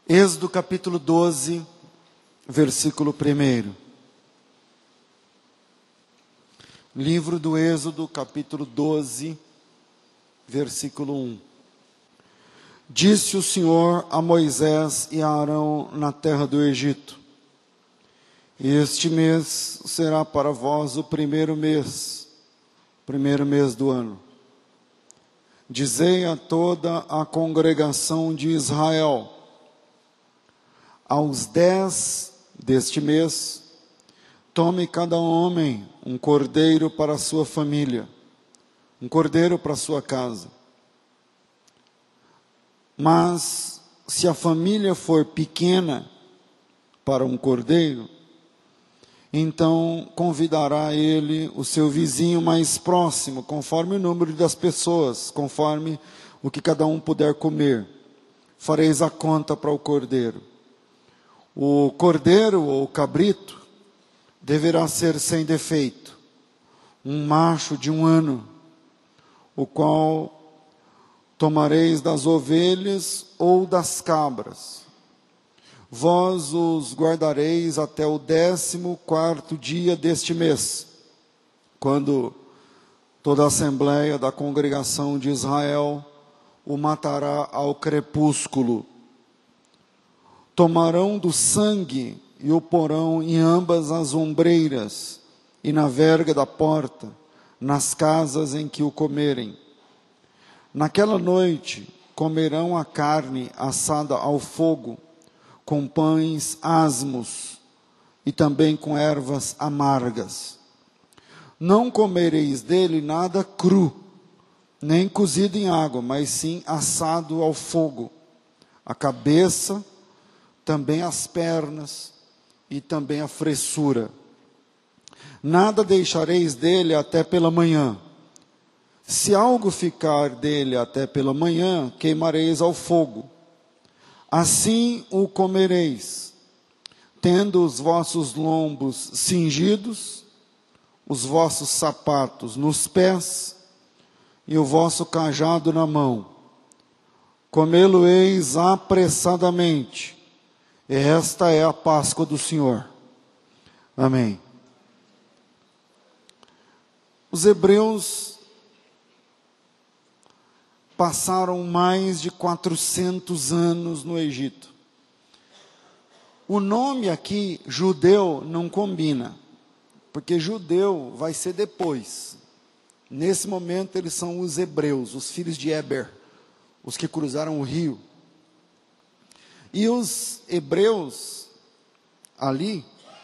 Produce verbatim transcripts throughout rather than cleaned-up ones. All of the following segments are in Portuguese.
Êxodo capítulo doze, versículo primeiro. Livro do Êxodo, capítulo doze, versículo um. Disse o Senhor a Moisés e a Arão na terra do Egito: Este mês será para vós o primeiro mês, primeiro mês do ano. Dizei a toda a congregação de Israel: aos dez deste mês, tome cada homem um cordeiro para a sua família, um cordeiro para a sua casa. Mas, se a família for pequena para um cordeiro, então convidará ele o seu vizinho mais próximo, conforme o número das pessoas, conforme o que cada um puder comer. Fareis a conta para o cordeiro. O cordeiro ou cabrito deverá ser sem defeito, um macho de um ano, o qual tomareis das ovelhas ou das cabras. Vós os guardareis até o décimo quarto dia deste mês, quando toda a assembleia da congregação de Israel o matará ao crepúsculo. Tomarão do sangue e o porão em ambas as ombreiras e na verga da porta, nas casas em que o comerem. Naquela noite comerão a carne assada ao fogo, com pães asmos e também com ervas amargas. Não comereis dele nada cru, nem cozido em água, mas sim assado ao fogo, a cabeça, também as pernas e também a fressura. Nada deixareis dele até pela manhã. Se algo ficar dele até pela manhã, queimareis ao fogo. Assim o comereis, tendo os vossos lombos cingidos, os vossos sapatos nos pés e o vosso cajado na mão. Comê-lo-eis apressadamente. Esta é a Páscoa do Senhor. Amém. Os hebreus passaram mais de quatrocentos anos no Egito. O nome aqui, judeu, não combina, porque judeu vai ser depois. Nesse momento eles são os hebreus, os filhos de Eber, os que cruzaram o rio. E os hebreus ali,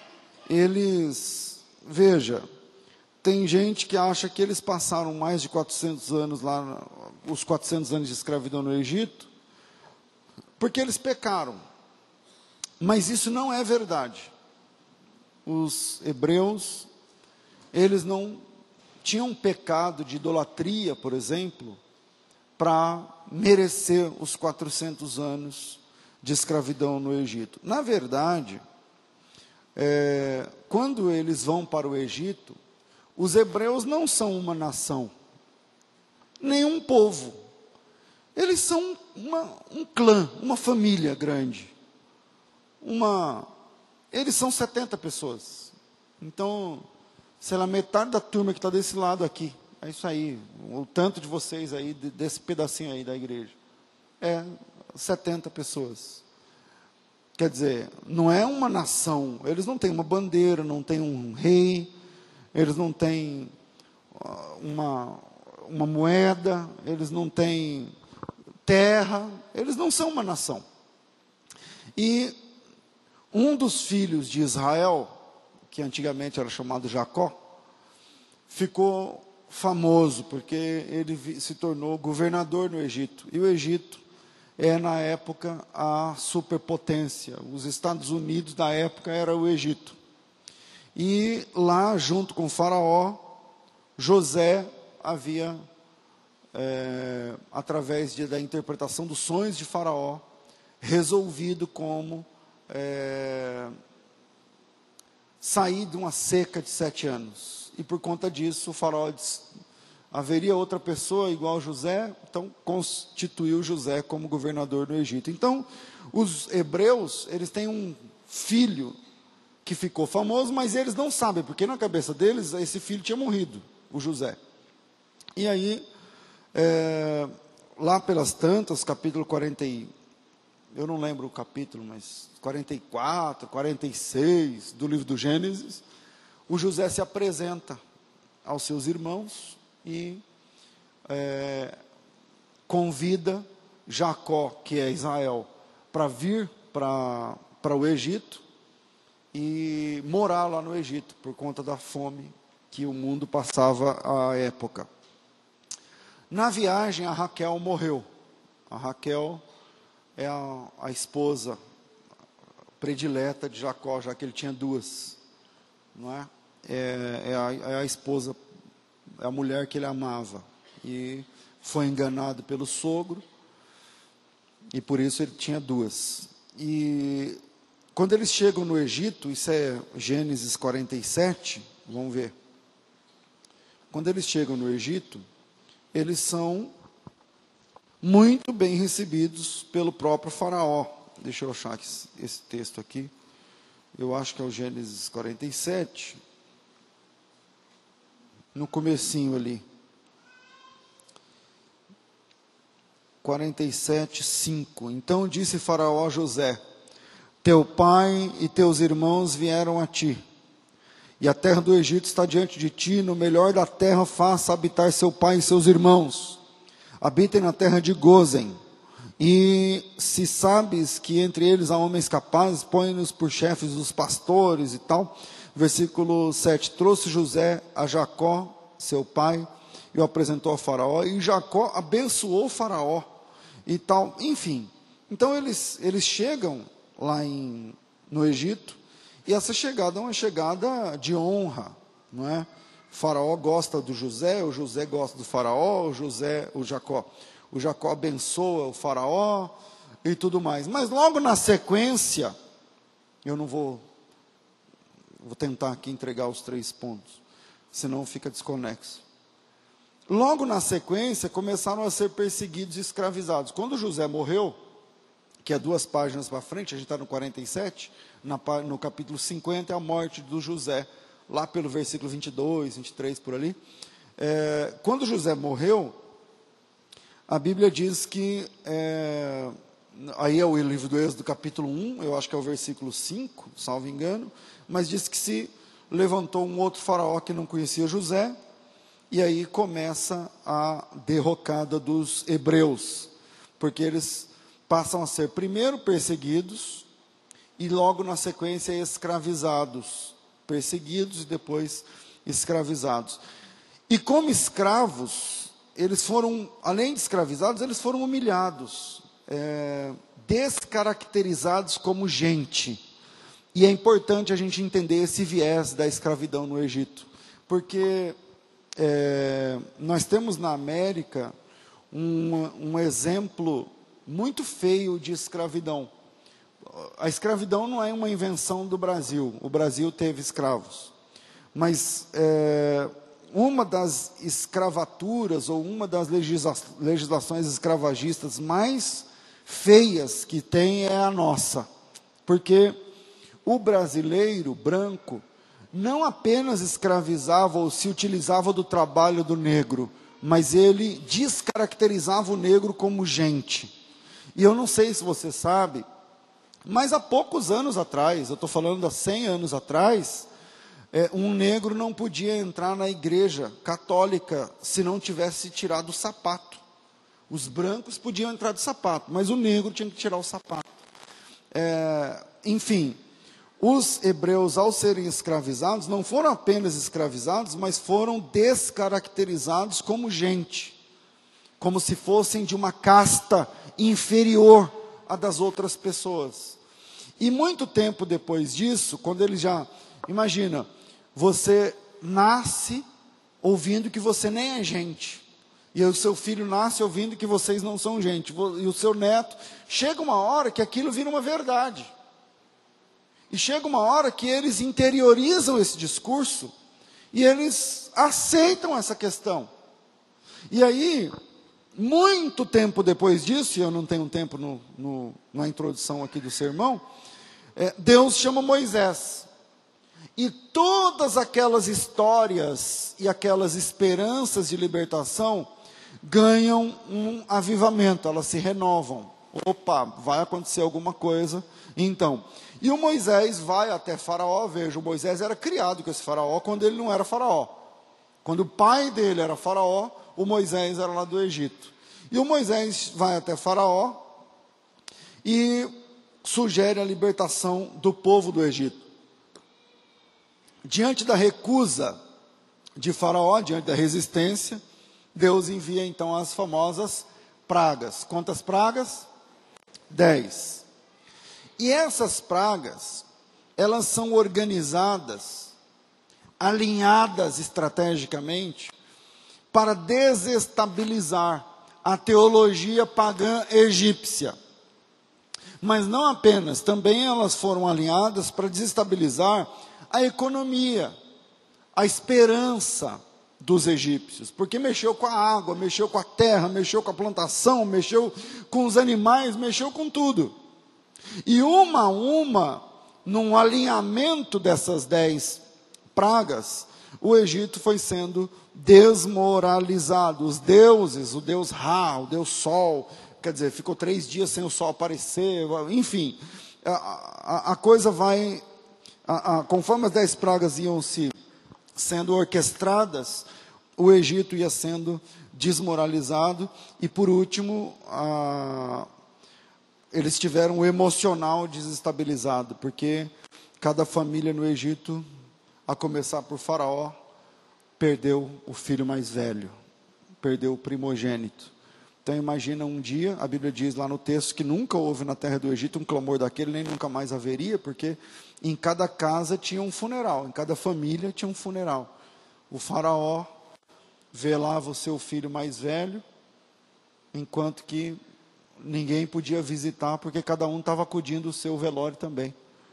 eles, veja, tem gente que acha que eles passaram mais de quatrocentos anos lá, os quatrocentos anos de escravidão no Egito, porque eles pecaram. Mas isso não é verdade. Os hebreus, eles não tinham pecado de idolatria, por exemplo, para merecer os quatrocentos anos de escravidão no Egito. Na verdade, é, quando eles vão para o Egito, os hebreus não são uma nação, nem um povo. Eles são uma, um clã, uma família grande. Uma, eles são setenta pessoas. Então, sei lá, metade da turma que está desse lado aqui. É isso aí, o tanto de vocês aí, desse pedacinho aí da igreja. É setenta pessoas. Quer dizer, não é uma nação. Eles não têm uma bandeira, não têm um rei, eles não têm uma, uma moeda, eles não têm terra, eles não são uma nação. E um dos filhos de Israel, que antigamente era chamado Jacó, ficou famoso porque ele se tornou governador no Egito. E o Egito é, na época, a superpotência. Os Estados Unidos da época era o Egito. E lá, junto com o faraó, José havia, é, através de, da interpretação dos sonhos de faraó, resolvido como é, sair de uma seca de sete anos. E por conta disso, o faraó haveria outra pessoa igual a José, então constituiu José como governador do Egito. Então, os hebreus, eles têm um filho que ficou famoso, mas eles não sabem, porque na cabeça deles, esse filho tinha morrido, o José. E aí, é, lá pelas tantas, capítulo quarenta, eu não lembro o capítulo, mas quarenta e quatro, quarenta e seis do livro do Gênesis, o José se apresenta aos seus irmãos e é, convida Jacó, que é Israel, para vir para para o Egito e morar lá no Egito, por conta da fome que o mundo passava à época. Na viagem, a Raquel morreu. A Raquel é a, a esposa predileta de Jacó, já que ele tinha duas, não é? É, é, a, é a esposa, é a mulher que ele amava, e foi enganado pelo sogro, e por isso ele tinha duas. E quando eles chegam no Egito, isso é Gênesis quarenta e sete, vamos ver. Quando eles chegam no Egito, eles são muito bem recebidos pelo próprio faraó. Deixa eu achar esse texto aqui. Eu acho que é o Gênesis quarenta e sete. No comecinho ali. quarenta e sete, cinco. Então disse Faraó a José: teu pai e teus irmãos vieram a ti, e a terra do Egito está diante de ti. No melhor da terra faça habitar seu pai e seus irmãos. Habitem na terra de Gósen. E se sabes que entre eles há homens capazes, põe-nos por chefes dos pastores e tal. Versículo sete. Trouxe José a Jacó, seu pai, e o apresentou a Faraó. E Jacó abençoou Faraó e tal. Enfim, então eles, eles chegam lá em, no Egito. E essa chegada é uma chegada de honra, não é? O faraó gosta do José, o José gosta do faraó, o José, o Jacó. O Jacó abençoa o faraó e tudo mais. Mas logo na sequência, eu não vou, vou tentar aqui entregar os três pontos, senão fica desconexo. Logo na sequência, começaram a ser perseguidos e escravizados. Quando José morreu, que é duas páginas para frente, a gente está no quarenta e sete, na, no capítulo cinquenta, é a morte do José, lá pelo versículo vinte e dois, vinte e três, por ali. É, quando José morreu, a Bíblia diz que, é, aí é o livro do Êxodo, capítulo um, eu acho que é o versículo cinco, salvo engano, mas diz que se levantou um outro faraó que não conhecia José, e aí começa a derrocada dos hebreus, porque eles passam a ser primeiro perseguidos e logo na sequência escravizados, perseguidos e depois escravizados. E como escravos, eles foram, além de escravizados, eles foram humilhados, é, descaracterizados como gente. E é importante a gente entender esse viés da escravidão no Egito, porque é, nós temos na América um, um exemplo muito feio de escravidão. A escravidão não é uma invenção do Brasil. O Brasil teve escravos. Mas é, uma das escravaturas, ou uma das legisla legislações escravagistas mais feias que tem é a nossa. Porque o brasileiro branco não apenas escravizava ou se utilizava do trabalho do negro, mas ele descaracterizava o negro como gente. E eu não sei se você sabe, mas há poucos anos atrás, eu estou falando há cem anos atrás, é, um negro não podia entrar na igreja católica se não tivesse tirado o sapato. Os brancos podiam entrar de sapato, mas o negro tinha que tirar o sapato. É, enfim, os hebreus, ao serem escravizados, não foram apenas escravizados, mas foram descaracterizados como gente, como se fossem de uma casta inferior à das outras pessoas. E muito tempo depois disso, quando ele já, imagina, você nasce ouvindo que você nem é gente, e o seu filho nasce ouvindo que vocês não são gente, e o seu neto, chega uma hora que aquilo vira uma verdade, e chega uma hora que eles interiorizam esse discurso, e eles aceitam essa questão. E aí, muito tempo depois disso, e eu não tenho tempo no, no, na introdução aqui do sermão, é, Deus chama Moisés. E todas aquelas histórias e aquelas esperanças de libertação ganham um avivamento, elas se renovam. Opa, vai acontecer alguma coisa. Então, e o Moisés vai até Faraó. Veja, o Moisés era criado com esse Faraó quando ele não era Faraó. Quando o pai dele era Faraó, o Moisés era lá do Egito. E o Moisés vai até Faraó e sugere a libertação do povo do Egito. Diante da recusa de Faraó, diante da resistência, Deus envia então as famosas pragas. Quantas pragas? Dez. E essas pragas, elas são organizadas, alinhadas estrategicamente, para desestabilizar a teologia pagã egípcia. Mas não apenas, também elas foram alinhadas para desestabilizar a economia, a esperança dos egípcios, porque mexeu com a água, mexeu com a terra, mexeu com a plantação, mexeu com os animais, mexeu com tudo. E uma a uma, num alinhamento dessas dez pragas, o Egito foi sendo desmoralizado. Os deuses, o deus Ra, o deus Sol, quer dizer, ficou três dias sem o sol aparecer, enfim, a, a, a coisa vai, a, a, conforme as dez pragas iam se sendo orquestradas, o Egito ia sendo desmoralizado, e por último, a, eles tiveram o emocional desestabilizado, porque cada família no Egito, a começar por Faraó, perdeu o filho mais velho, perdeu o primogênito. Então imagina um dia, a Bíblia diz lá no texto, que nunca houve na terra do Egito um clamor daquele, nem nunca mais haveria, porque em cada casa tinha um funeral, em cada família tinha um funeral. O Faraó velava o seu filho mais velho, enquanto que ninguém podia visitar, porque cada um estava acudindo o seu velório também.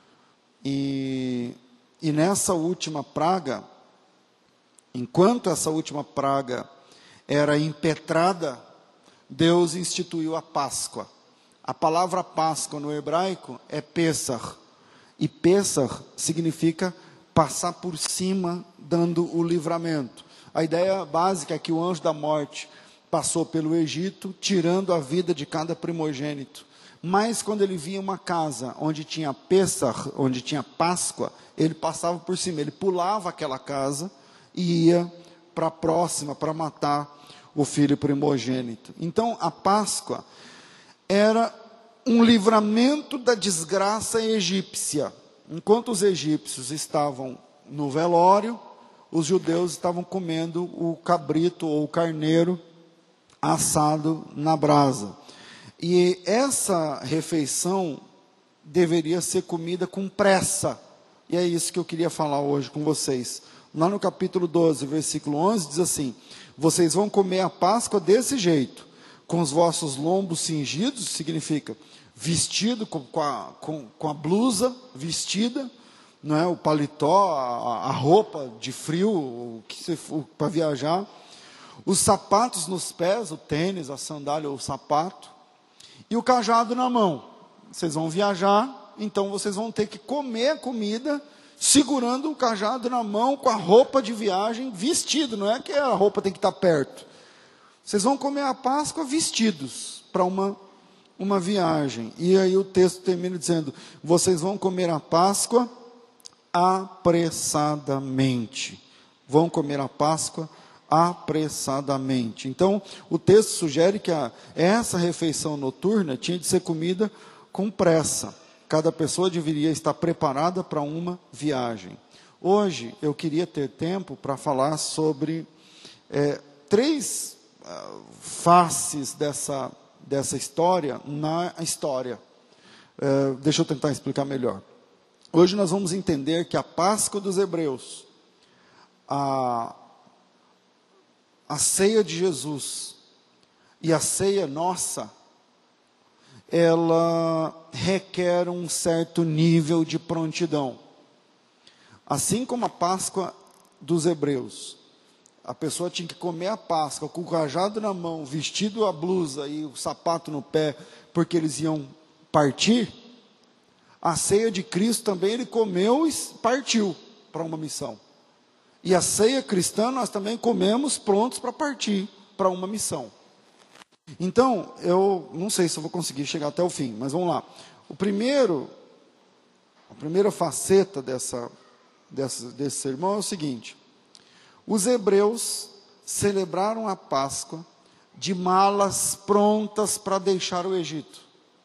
E, e nessa última praga, enquanto essa última praga era impetrada, Deus instituiu a Páscoa. A palavra Páscoa no hebraico é Pessach, e Pessach significa passar por cima, dando o livramento. A ideia básica é que o anjo da morte passou pelo Egito, tirando a vida de cada primogênito. Mas quando ele via uma casa onde tinha Pessach, onde tinha Páscoa, ele passava por cima, ele pulava aquela casa e ia para a próxima, para matar o filho primogênito. Então, a Páscoa era um livramento da desgraça egípcia. Enquanto os egípcios estavam no velório, os judeus estavam comendo o cabrito ou o carneiro assado na brasa. E essa refeição deveria ser comida com pressa. E é isso que eu queria falar hoje com vocês. Lá no capítulo doze, versículo onze, diz assim: vocês vão comer a Páscoa desse jeito, com os vossos lombos cingidos, significa vestido, com, com, a, com, com a blusa vestida, não é? O paletó, a, a roupa de frio, o que você for para viajar, os sapatos nos pés, o tênis, a sandália ou o sapato, e o cajado na mão. Vocês vão viajar, então vocês vão ter que comer a comida segurando o cajado na mão, com a roupa de viagem, vestido, não é que a roupa tem que estar perto. Vocês vão comer a Páscoa vestidos para uma, uma viagem. E aí o texto termina dizendo: vocês vão comer a Páscoa apressadamente. Vão comer a Páscoa apressadamente. Então, o texto sugere que a, essa refeição noturna tinha de ser comida com pressa. Cada pessoa deveria estar preparada para uma viagem. Hoje, eu queria ter tempo para falar sobre é, três uh, faces dessa, dessa história na história. Uh, deixa eu tentar explicar melhor. Hoje nós vamos entender que a Páscoa dos hebreus, a, a ceia de Jesus e a ceia nossa, ela requer um certo nível de prontidão. Assim como a Páscoa dos hebreus a pessoa tinha que comer a Páscoa com o cajado na mão, vestido a blusa e o sapato no pé, porque eles iam partir, a ceia de Cristo também ele comeu e partiu para uma missão. E a ceia cristã nós também comemos prontos para partir para uma missão. Então, eu não sei se eu vou conseguir chegar até o fim, mas vamos lá. O primeiro, a primeira faceta dessa, dessa, desse sermão é o seguinte: os hebreus celebraram a Páscoa de malas prontas para deixar o Egito.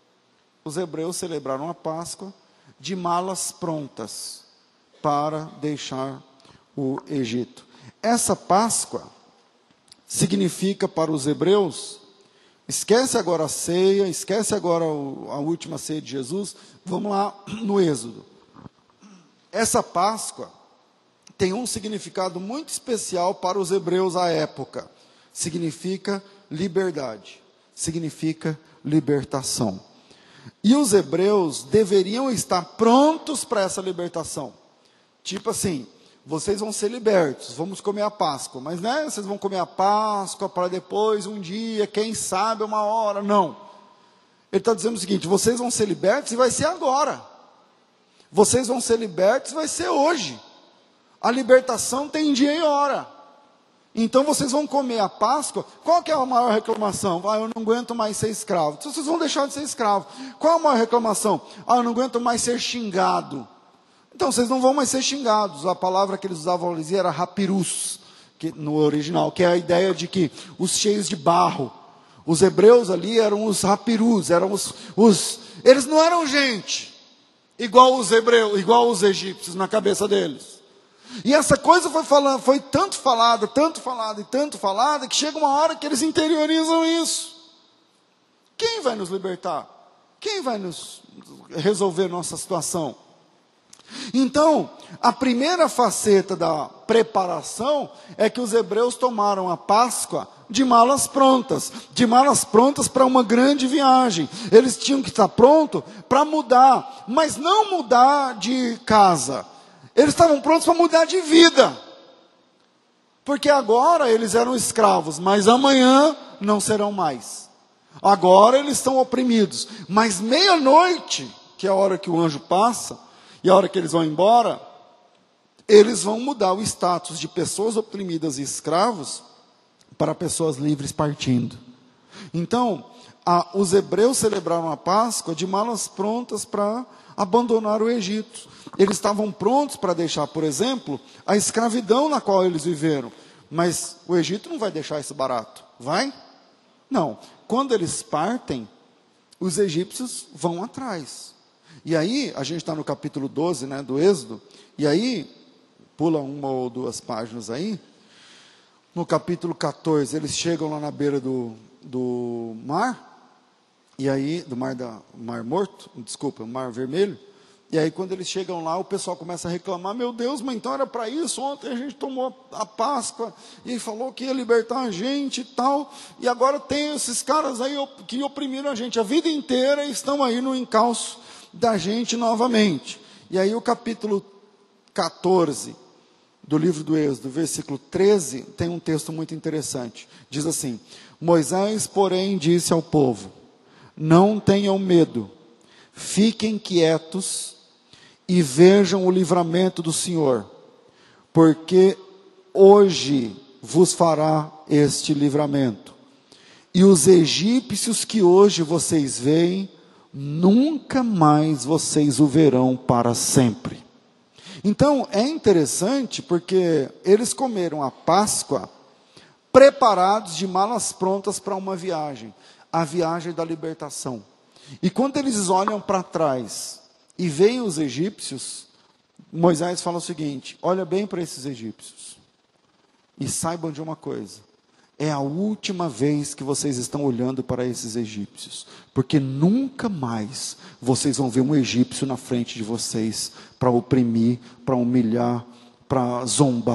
Os hebreus celebraram a Páscoa de malas prontas para deixar o Egito. Essa Páscoa significa para os hebreus, esquece agora a ceia, esquece agora o, a última ceia de Jesus, vamos lá no Êxodo. Essa Páscoa tem um significado muito especial para os hebreus à época. Significa liberdade, significa libertação. E os hebreus deveriam estar prontos para essa libertação. Tipo assim, vocês vão ser libertos, vamos comer a Páscoa. Mas não é, vocês vão comer a Páscoa para depois, um dia, quem sabe, uma hora. Não. Ele está dizendo o seguinte: vocês vão ser libertos e vai ser agora. Vocês vão ser libertos e vai ser hoje. A libertação tem dia e hora. Então vocês vão comer a Páscoa. Qual que é a maior reclamação? Ah, eu não aguento mais ser escravo. Então vocês vão deixar de ser escravo. Qual a maior reclamação? Ah, eu não aguento mais ser xingado. Então vocês não vão mais ser xingados. A palavra que eles usavam ali era rapirus, que, no original, que é a ideia de que os cheios de barro. Os hebreus ali eram os rapirus, eram os, os eles não eram gente igual os hebreus, igual os egípcios na cabeça deles. E essa coisa foi, falando, foi tanto falada, tanto falada e tanto falada, que chega uma hora que eles interiorizam isso. Quem vai nos libertar? Quem vai nos resolver nossa situação? Então, a primeira faceta da preparação é que os hebreus tomaram a Páscoa de malas prontas, de malas prontas para uma grande viagem. Eles tinham que estar prontos para mudar, mas não mudar de casa. Eles estavam prontos para mudar de vida. Porque agora eles eram escravos, mas amanhã não serão mais. Agora eles estão oprimidos, mas meia-noite, que é a hora que o anjo passa, e a hora que eles vão embora, eles vão mudar o status de pessoas oprimidas e escravos para pessoas livres partindo. Então, a, os hebreus celebraram a Páscoa de malas prontas para abandonar o Egito. Eles estavam prontos para deixar, por exemplo, a escravidão na qual eles viveram. Mas o Egito não vai deixar isso barato, vai? Não. Quando eles partem, os egípcios vão atrás. E aí, a gente está no capítulo doze, né, do Êxodo, e aí, pula uma ou duas páginas aí, no capítulo quatorze, eles chegam lá na beira do, do mar, e aí, do mar, da, mar morto, desculpa, mar vermelho, e aí quando eles chegam lá, o pessoal começa a reclamar: meu Deus, mas então era para isso, ontem a gente tomou a Páscoa, e falou que ia libertar a gente e tal, e agora tem esses caras aí que oprimiram a gente a vida inteira e estão aí no encalço da gente novamente. E aí o capítulo quatorze do livro do Êxodo, versículo treze, tem um texto muito interessante. Diz assim: Moisés, porém, disse ao povo: não tenham medo, fiquem quietos e vejam o livramento do Senhor, porque hoje vos fará este livramento. E os egípcios que hoje vocês veem, nunca mais vocês o verão para sempre. Então, é interessante porque eles comeram a Páscoa preparados de malas prontas para uma viagem, a viagem da libertação. E quando eles olham para trás e veem os egípcios, Moisés fala o seguinte: olha bem para esses egípcios e saibam de uma coisa: é a última vez que vocês estão olhando para esses egípcios, porque nunca mais vocês vão ver um egípcio na frente de vocês para oprimir, para humilhar, para zombar,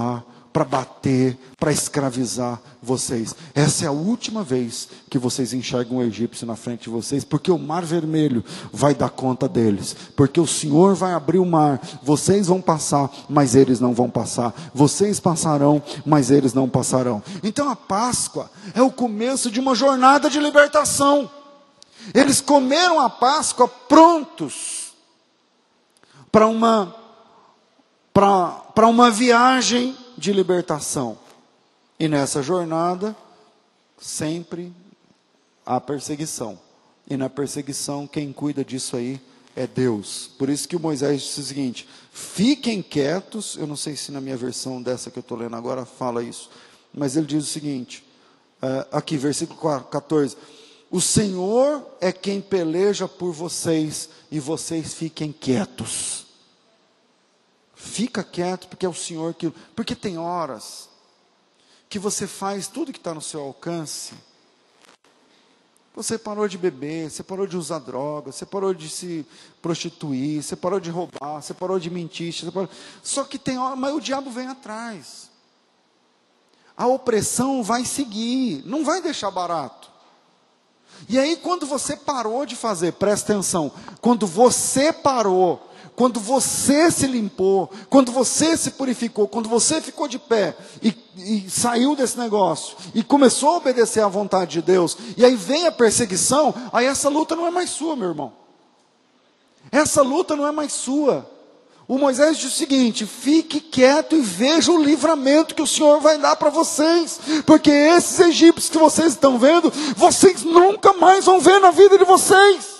para bater, para escravizar vocês. Essa é a última vez que vocês enxergam o egípcio na frente de vocês, porque o mar vermelho vai dar conta deles, porque o Senhor vai abrir o mar, vocês vão passar, mas eles não vão passar, vocês passarão, mas eles não passarão. Então a Páscoa é o começo de uma jornada de libertação. Eles comeram a Páscoa prontos para uma, para, para uma viagem de libertação. E nessa jornada, sempre há perseguição. E na perseguição, quem cuida disso aí é Deus. Por isso que o Moisés disse o seguinte: fiquem quietos. Eu não sei se na minha versão dessa que eu estou lendo agora fala isso. Mas ele diz o seguinte, uh, aqui, versículo quatorze. O Senhor é quem peleja por vocês, e vocês fiquem quietos. Fica quieto, porque é o Senhor que... Porque tem horas que você faz tudo que está no seu alcance. Você parou de beber, você parou de usar droga, você parou de se prostituir, você parou de roubar, você parou de mentir. Você parou... Só que tem hora, mas o diabo vem atrás. A opressão vai seguir, não vai deixar barato. E aí quando você parou de fazer, presta atenção, quando você parou, quando você se limpou, quando você se purificou, quando você ficou de pé e, e saiu desse negócio e começou a obedecer à vontade de Deus, e aí vem a perseguição, aí essa luta não é mais sua, meu irmão. Essa luta não é mais sua. O Moisés diz o seguinte: fique quieto e veja o livramento que o Senhor vai dar para vocês, porque esses egípcios que vocês estão vendo, vocês nunca mais vão ver na vida de vocês.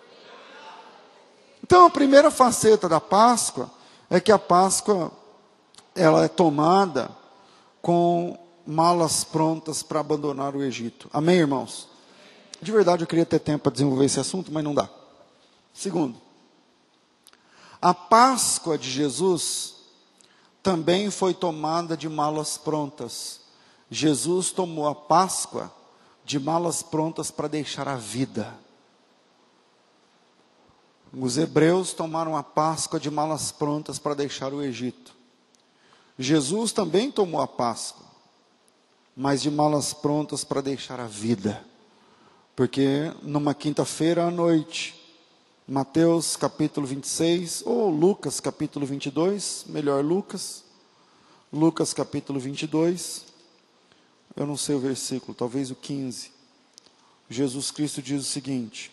Então a primeira faceta da Páscoa é que a Páscoa ela é tomada com malas prontas para abandonar o Egito. Amém, irmãos? De verdade eu queria ter tempo para desenvolver esse assunto, mas não dá. Segundo, a Páscoa de Jesus também foi tomada de malas prontas. Jesus tomou a Páscoa de malas prontas para deixar a vida. Os hebreus tomaram a Páscoa de malas prontas para deixar o Egito. Jesus também tomou a Páscoa, mas de malas prontas para deixar a vida. Porque numa quinta-feira à noite, Mateus capítulo vinte e seis, ou Lucas capítulo vinte e dois, melhor Lucas, Lucas capítulo vinte e dois, eu não sei o versículo, talvez o quinze, Jesus Cristo diz o seguinte: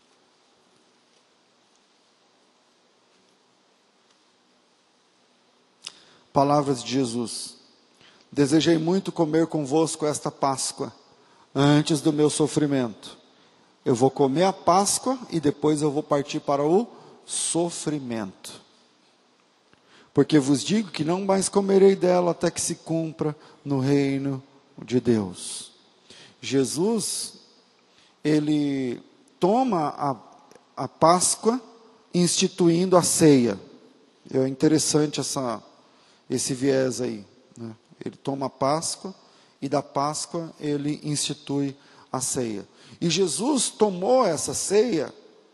palavras de Jesus: desejei muito comer convosco esta Páscoa, antes do meu sofrimento. Eu vou comer a Páscoa e depois eu vou partir para o sofrimento. Porque vos digo que não mais comerei dela até que se cumpra no reino de Deus. Jesus, ele toma a, a Páscoa instituindo a ceia. É interessante essa, esse viés aí, né? Ele toma a Páscoa e da Páscoa ele institui a ceia. E Jesus tomou essa ceia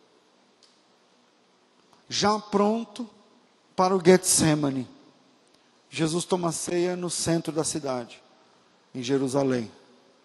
já pronto para o Getsemane. Jesus toma a ceia no centro da cidade, em Jerusalém.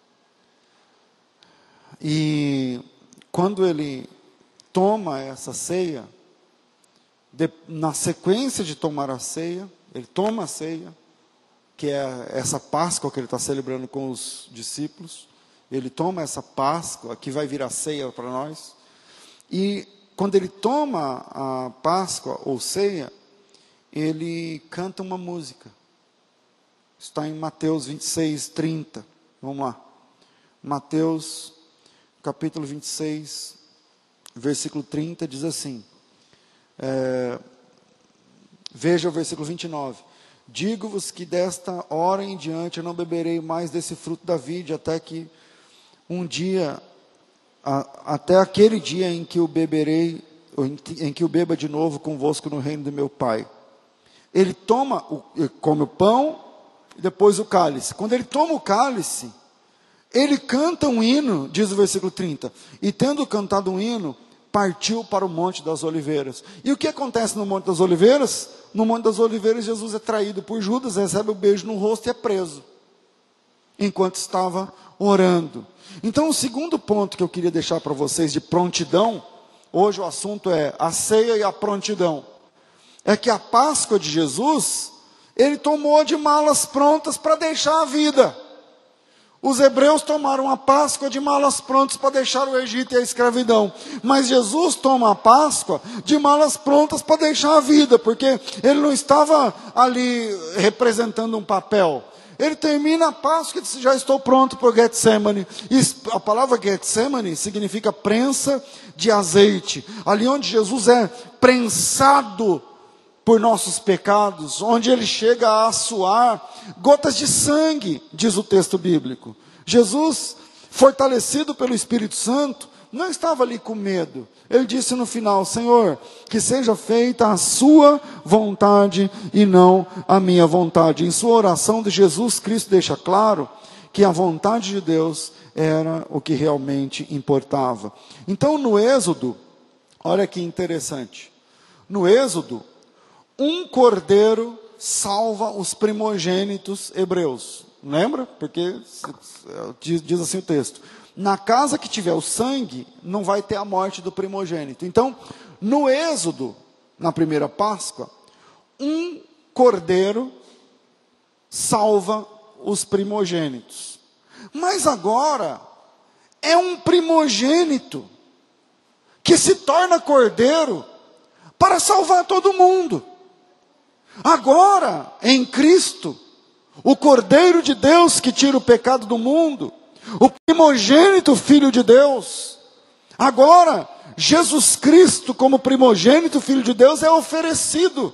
E quando ele toma essa ceia, de, na sequência de tomar a ceia, ele toma a ceia, que é essa Páscoa que ele está celebrando com os discípulos. Ele toma essa Páscoa, que vai virar ceia para nós. E quando ele toma a Páscoa ou ceia, ele canta uma música. Está em Mateus vinte e seis, trinta. Vamos lá. Mateus capítulo vinte e seis, versículo trinta, diz assim. É, veja o versículo vinte e nove. Digo-vos que desta hora em diante eu não beberei mais desse fruto da vide, até que um dia, a, até aquele dia em que o beberei, em, em que o beba de novo convosco no reino do meu Pai. Ele toma, o, ele come o pão e depois o cálice. Quando ele toma o cálice, ele canta um hino, diz o versículo trinta. E tendo cantado um hino, partiu para o Monte das Oliveiras. E o que acontece no Monte das Oliveiras? no Monte das Oliveiras, Jesus é traído por Judas, recebe o beijo no rosto e é preso, enquanto estava orando. Então, o segundo ponto que eu queria deixar para vocês de prontidão, hoje o assunto é a ceia e a prontidão, é que a Páscoa de Jesus, ele tomou de malas prontas para deixar a vida. Os hebreus tomaram a Páscoa de malas prontas para deixar o Egito e a escravidão. Mas Jesus toma a Páscoa de malas prontas para deixar a vida, porque ele não estava ali representando um papel. Ele termina a Páscoa e diz, já estou pronto para o Getsemane. E a palavra Getsemane significa prensa de azeite. Ali onde Jesus é prensado por nossos pecados, onde ele chega a suar gotas de sangue, diz o texto bíblico. Jesus, fortalecido pelo Espírito Santo, não estava ali com medo. Ele disse no final, Senhor, que seja feita a sua vontade e não a minha vontade. Em sua oração de Jesus Cristo deixa claro que a vontade de Deus era o que realmente importava. Então no Êxodo, olha que interessante, no Êxodo, um cordeiro salva os primogênitos hebreus. Lembra? Porque diz, diz assim o texto. Na casa que tiver o sangue, não vai ter a morte do primogênito. Então, no Êxodo, na primeira Páscoa, um cordeiro salva os primogênitos. Mas agora, é um primogênito que se torna cordeiro para salvar todo mundo. Agora, em Cristo, o Cordeiro de Deus que tira o pecado do mundo, o primogênito Filho de Deus, agora, Jesus Cristo como primogênito Filho de Deus é oferecido.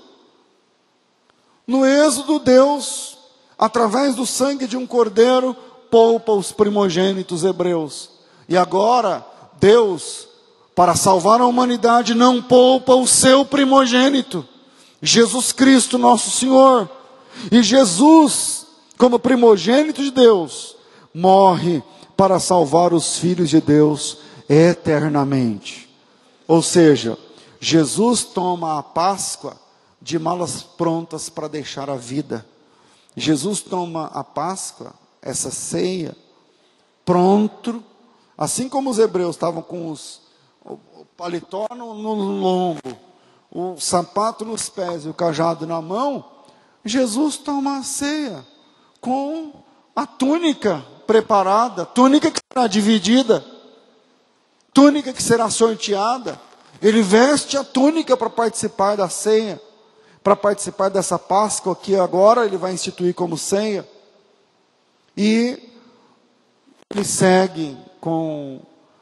No Êxodo, Deus, através do sangue de um cordeiro, poupa os primogênitos hebreus. E agora, Deus, para salvar a humanidade, não poupa o seu primogênito, Jesus Cristo, nosso Senhor. E Jesus, como primogênito de Deus, morre para salvar os filhos de Deus eternamente. Ou seja, Jesus toma a Páscoa de malas prontas para deixar a vida. Jesus toma a Páscoa, essa ceia, pronto, assim como os hebreus estavam com os, o, o paletó no, no lombo, o sapato nos pés e o cajado na mão, Jesus toma a ceia com a túnica preparada, túnica que será dividida, túnica que será sorteada. Ele veste a túnica para participar da ceia, para participar dessa Páscoa que agora ele vai instituir como ceia. E ele segue com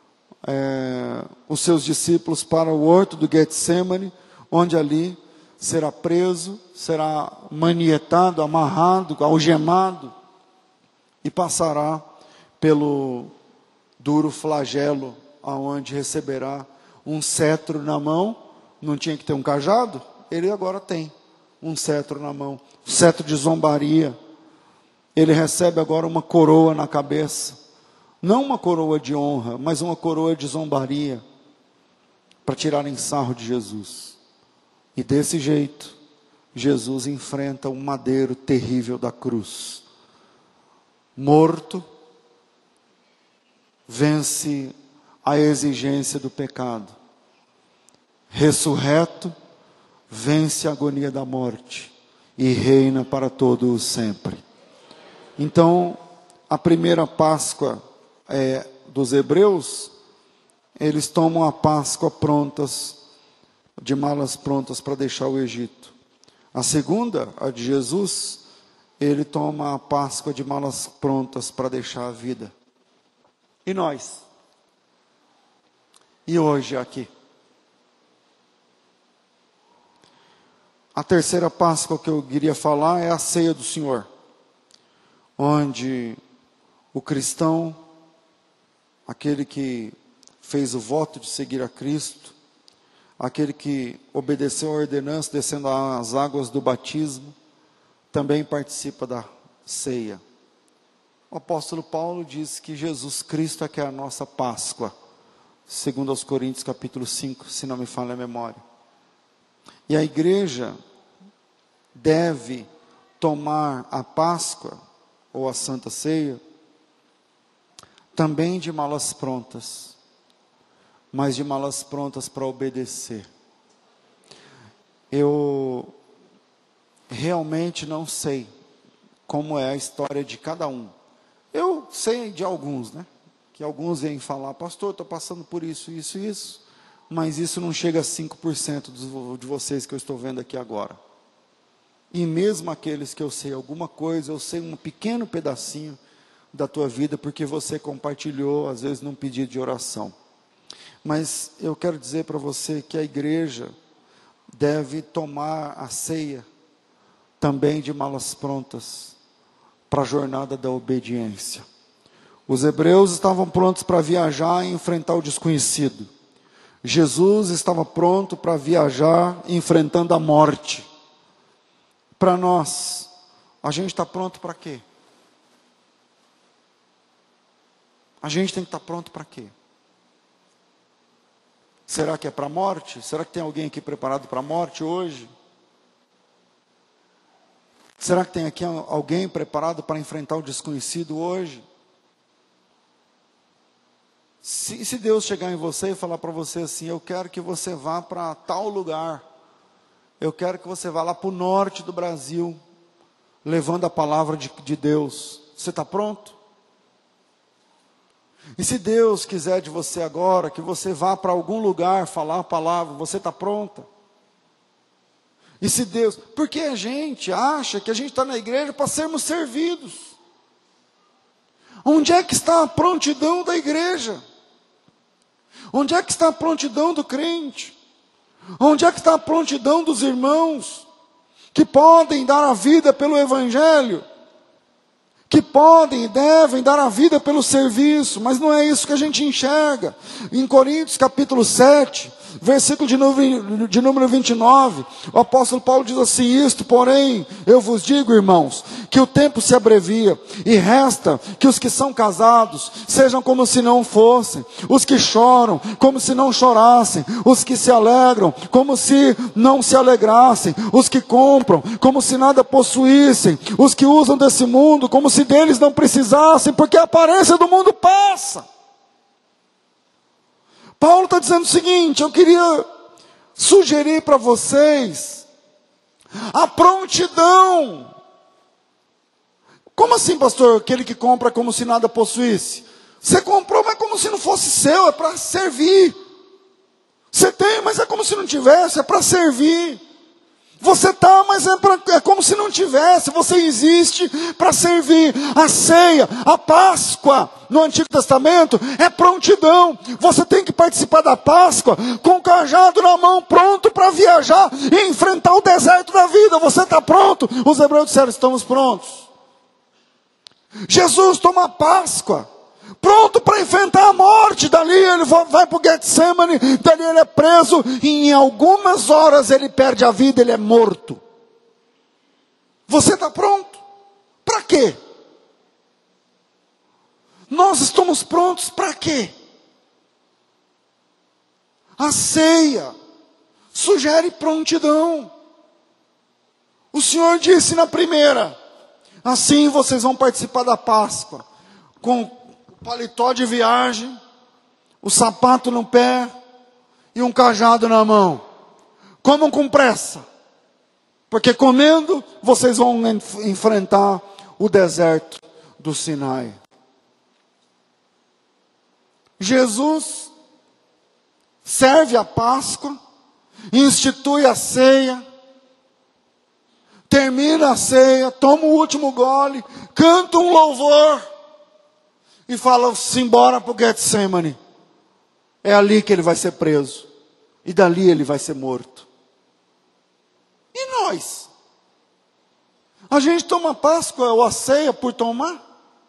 é, os seus discípulos para o horto do Getsemane, onde ali será preso, será manietado, amarrado, algemado, e passará pelo duro flagelo, aonde receberá um cetro na mão. Não tinha que ter um cajado? Ele agora tem um cetro na mão, um cetro de zombaria. Ele recebe agora uma coroa na cabeça, não uma coroa de honra, mas uma coroa de zombaria, para tirarem sarro de Jesus. E desse jeito, Jesus enfrenta o madeiro terrível da cruz. Morto, vence a exigência do pecado. Ressurreto, vence a agonia da morte e reina para todo o sempre. Então, a primeira Páscoa é, dos hebreus, eles tomam a Páscoa prontas, de malas prontas para deixar o Egito. A segunda, a de Jesus, ele toma a Páscoa de malas prontas para deixar a vida. E nós? E hoje aqui? A terceira Páscoa que eu queria falar é a ceia do Senhor, onde o cristão, aquele que fez o voto de seguir a Cristo, aquele que obedeceu a ordenança descendo as águas do batismo, também participa da ceia. O apóstolo Paulo diz que Jesus Cristo é que é a nossa Páscoa, segundo aos Coríntios capítulo cinco, se não me falha a memória. E a igreja deve tomar a Páscoa ou a Santa Ceia também de malas prontas, mas de malas prontas para obedecer. Eu realmente não sei como é a história de cada um. Eu sei de alguns, né? Que alguns vêm falar, pastor, estou passando por isso, isso e isso, mas isso não chega a cinco por cento de vocês que eu estou vendo aqui agora. E mesmo aqueles que eu sei alguma coisa, eu sei um pequeno pedacinho da tua vida, porque você compartilhou, às vezes, num pedido de oração. Mas eu quero dizer para você que a igreja deve tomar a ceia também de malas prontas para a jornada da obediência. Os hebreus estavam prontos para viajar e enfrentar o desconhecido. Jesus estava pronto para viajar enfrentando a morte. Para nós, a gente está pronto para quê? A gente tem que estar pronto para quê? Será que é para a morte? Será que tem alguém aqui preparado para a morte hoje? Será que tem aqui alguém preparado para enfrentar o desconhecido hoje? Se, se Deus chegar em você e falar para você assim, eu quero que você vá para tal lugar, eu quero que você vá lá para o norte do Brasil, levando a palavra de, de Deus, você está pronto? E se Deus quiser de você agora, que você vá para algum lugar falar a palavra, você está pronta? E se Deus, porque a gente acha que a gente está na igreja para sermos servidos. Onde é que está a prontidão da igreja? Onde é que está a prontidão do crente? Onde é que está a prontidão dos irmãos que podem dar a vida pelo evangelho? Que podem e devem dar a vida pelo serviço, mas não é isso que a gente enxerga. Em Coríntios capítulo sete, versículo de número, de número vinte e nove, o apóstolo Paulo diz assim, isto, porém, eu vos digo, irmãos, que o tempo se abrevia, e resta que os que são casados sejam como se não fossem, os que choram como se não chorassem, os que se alegram como se não se alegrassem, os que compram como se nada possuíssem, os que usam desse mundo como se deles não precisassem, porque a aparência do mundo passa. Paulo está dizendo o seguinte, eu queria sugerir para vocês a prontidão. Como assim, pastor? Aquele que compra como se nada possuísse? Você comprou, mas como se não fosse seu, é para servir. Você tem, mas é como se não tivesse, é para servir. Você está, mas é, pra, é como se não tivesse, você existe para servir. A ceia, a Páscoa, no Antigo Testamento, é prontidão. Você tem que participar da Páscoa com o cajado na mão, pronto para viajar e enfrentar o deserto da vida. Você está pronto? Os hebreus disseram, estamos prontos. Jesus toma a Páscoa, pronto para enfrentar a morte. Dali ele vai para o Getsemane, dali ele é preso, e em algumas horas ele perde a vida, ele é morto. Você está pronto? Para quê? Nós estamos prontos para quê? A ceia sugere prontidão. O Senhor disse na primeira, assim vocês vão participar da Páscoa, com paletó de viagem, o sapato no pé e um cajado na mão. Comam com pressa, porque comendo vocês vão enf- enfrentar o deserto do Sinai. Jesus serve a Páscoa, institui a ceia, termina a ceia, toma o último gole, canta um louvor e fala-se embora para o Getsemane. É ali que ele vai ser preso. E dali ele vai ser morto. E nós? A gente toma a Páscoa ou a ceia por tomar?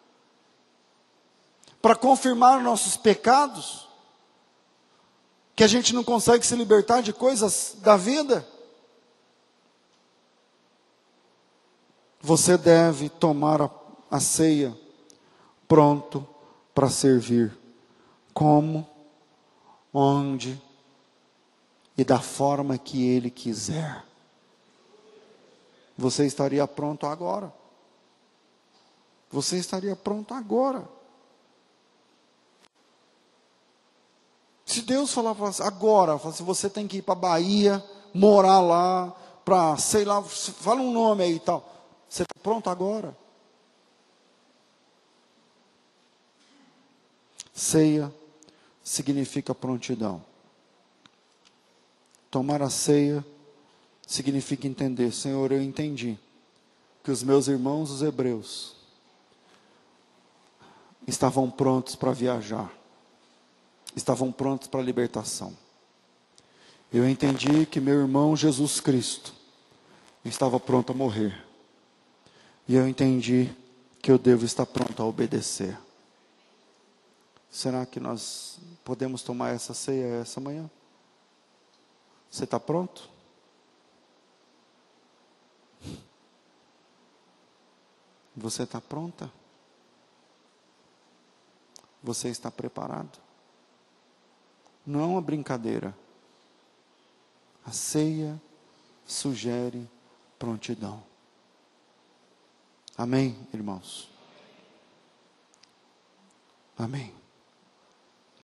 Para confirmar nossos pecados? Que a gente não consegue se libertar de coisas da vida? Você deve tomar a, a ceia pronto para servir. Como, onde e da forma que Ele quiser. você estaria pronto agora. Você estaria pronto agora. Se Deus falar agora, fala assim, você tem que ir para a Bahia, morar lá, para, sei lá, fala um nome aí e tal. Você está pronto agora? Ceia significa prontidão. Tomar a ceia significa entender, Senhor, eu entendi que os meus irmãos, os hebreus, estavam prontos para viajar, estavam prontos para a libertação. Eu entendi que meu irmão Jesus Cristo estava pronto a morrer. E eu entendi que eu devo estar pronto a obedecer. Será que nós podemos tomar essa ceia essa manhã? Você está pronto? Você está pronta? Você está preparado? Não é uma brincadeira. A ceia sugere prontidão. Amém, irmãos? Amém.